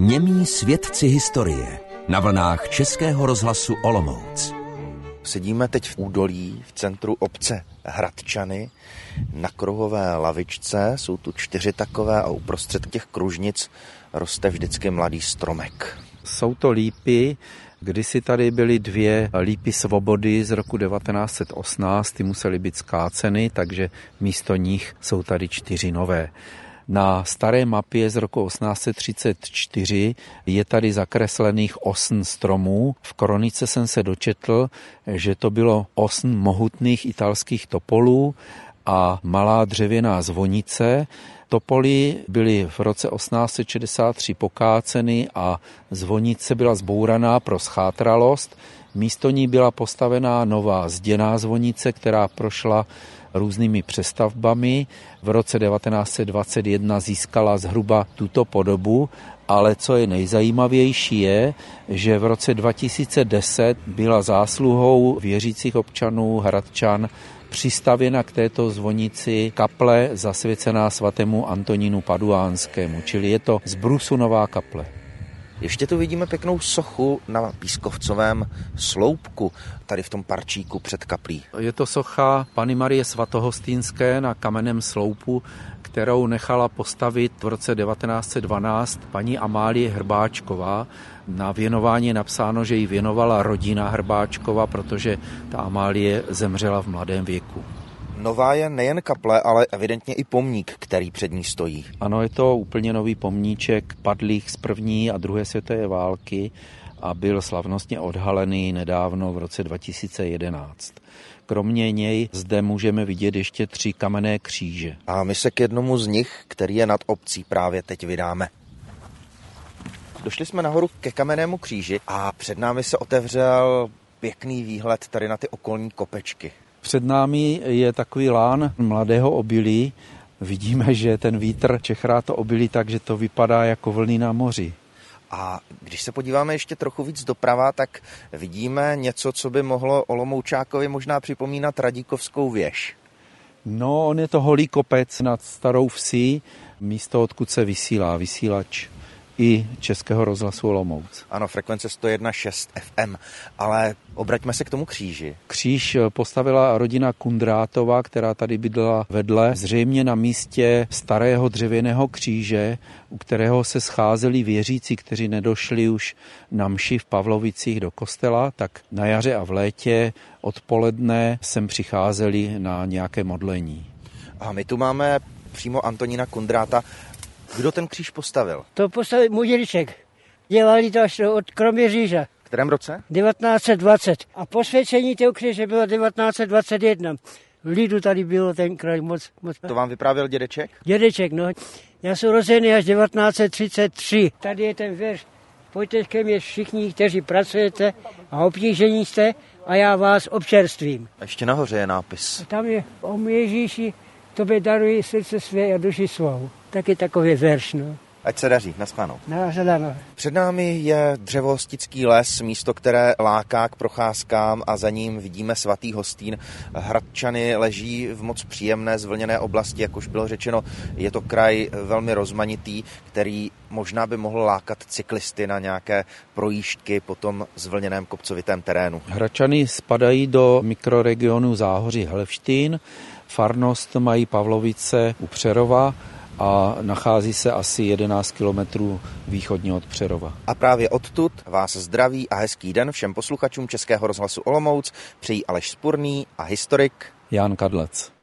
Němí svědci historie na vlnách Českého rozhlasu Olomouc. Sedíme teď v údolí v centru obce Hradčany na kruhové lavičce. Jsou tu 4 takové a uprostřed těch kružnic roste vždycky mladý stromek. Jsou to lípy. Kdysi tady byly 2 lípy svobody z roku 1918, ty musely být skáceny, takže místo nich jsou tady 4 nové. Na staré mapě z roku 1834 je tady zakreslených 8 stromů. V kronice jsem se dočetl, že to bylo 8 mohutných italských topolů a malá dřevěná zvonice. Topoly byly v roce 1863 pokáceny a zvonice byla zbouraná pro schátralost. Místo ní byla postavená nová zděná zvonice, která prošla různými přestavbami. V roce 1921 získala zhruba tuto podobu, ale co je nejzajímavější je, že v roce 2010 byla zásluhou věřících občanů Hradčan přistavěna k této zvonici kaple zasvěcená svatému Antonínu Paduánskému, čili je to z brusu nová kaple. Ještě tu vidíme pěknou sochu na pískovcovém sloupku, tady v tom parčíku před kaplí. Je to socha Panny Marie Svatohostýnské na kamenném sloupu, kterou nechala postavit v roce 1912 paní Amálie Hrbáčková. Na věnování je napsáno, že ji věnovala rodina Hrbáčkova, protože ta Amálie zemřela v mladém věku. Nová je nejen kaple, ale evidentně i pomník, který před ní stojí. Ano, je to úplně nový pomníček padlých z první a druhé světové války a byl slavnostně odhalený nedávno v roce 2011. Kromě něj zde můžeme vidět ještě 3 kamenné kříže. A my se k jednomu z nich, který je nad obcí, právě teď vydáme. Došli jsme nahoru ke kamennému kříži a před námi se otevřel pěkný výhled tady na ty okolní kopečky. Před námi je takový lán mladého obilí. Vidíme, že ten vítr čechrá to obilí tak, že to vypadá jako vlny na moři. A když se podíváme ještě trochu víc doprava, tak vidíme něco, co by mohlo Olomoučákovi možná připomínat Radíkovskou věž. No, on je to holý kopec nad Starou Vsí, místo, odkud se vysílá vysílač i Českého rozhlasu Olomouc. Ano, frekvence 101,6 FM, ale obraťme se k tomu kříži. Kříž postavila rodina Kundrátova, která tady bydlela vedle, zřejmě na místě starého dřevěného kříže, u kterého se scházeli věřící, kteří nedošli už na mši v Pavlovicích do kostela, tak na jaře a v létě odpoledne sem přicházeli na nějaké modlení. A my tu máme přímo Antonína Kundráta. Kdo ten kříž postavil? To postavil můj dědeček. Dělali to až od Kroměříže. V kterém roce? 1920. A posvěcení toho kříže bylo 1921. V lidu tady bylo tenkrát moc. To vám vyprávěl dědeček? Dědeček, no. Já jsem rozený až 1933. Tady je ten verš. Pojďte ke mně všichni, kteří pracujete a obtížení jste a já vás občerstvím. A ještě nahoře je nápis. A tam je o Ježíši, tobě daruji srdce své a duši svou. Taky takový verš, no. Ať se daří, naschledanou. Naschledanou. Před námi je dřevohostický les, místo, které láká k procházkám a za ním vidíme svatý Hostín. Hradčany leží v moc příjemné zvlněné oblasti, jak už bylo řečeno, je to kraj velmi rozmanitý, který možná by mohl lákat cyklisty na nějaké projížďky po tom zvlněném kopcovitém terénu. Hradčany spadají do mikroregionu Záhoří Helštín, farnost mají Pavlovice u Přerova a nachází se asi 11 kilometrů východně od Přerova. A právě odtud vás zdraví a hezký den všem posluchačům Českého rozhlasu Olomouc přejí Aleš Spurný a historik Jan Kadlec.